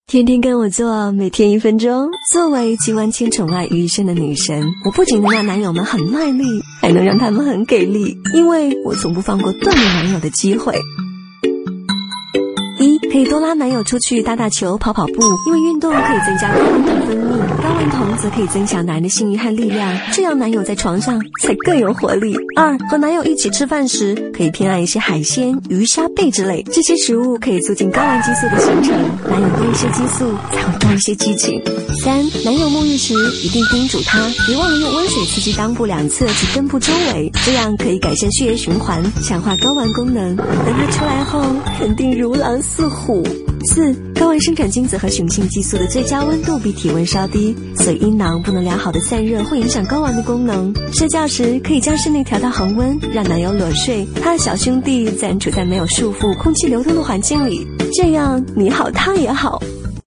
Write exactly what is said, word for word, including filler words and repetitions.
天天跟我做，每天一分钟。作为集万千宠爱于一身的女神，我不仅能让男友们很卖力，还能让他们很给力，因为我从不放过锻炼男友的机会。一，可以多拉男友出去打打球、跑跑步，因为运动可以增加睾丸酮分泌，睾丸酮则可以增强男人的性欲和力量，这样男友在床上才更有活力。二，和男友一起吃饭时，可以偏爱一些海鲜、鱼虾贝之类，这些食物可以促进睾丸激素的形成，男友多一些激素，才会多一些激情。三，男友沐浴时一定叮嘱他，别忘了用温水刺激裆部两侧及根部周围，这样可以改善血液循环，强化睾丸功能。等他出来后，肯定如狼似虎。四，睾丸生产精子和雄性激素的最佳温度比体温稍低，所以阴囊不能良好的散热，会影响睾丸的功能。睡觉时可以将室内调到恒温，让男友裸睡，他的小兄弟暂处在没有束缚、空气流通的环境里，这样你好他也好。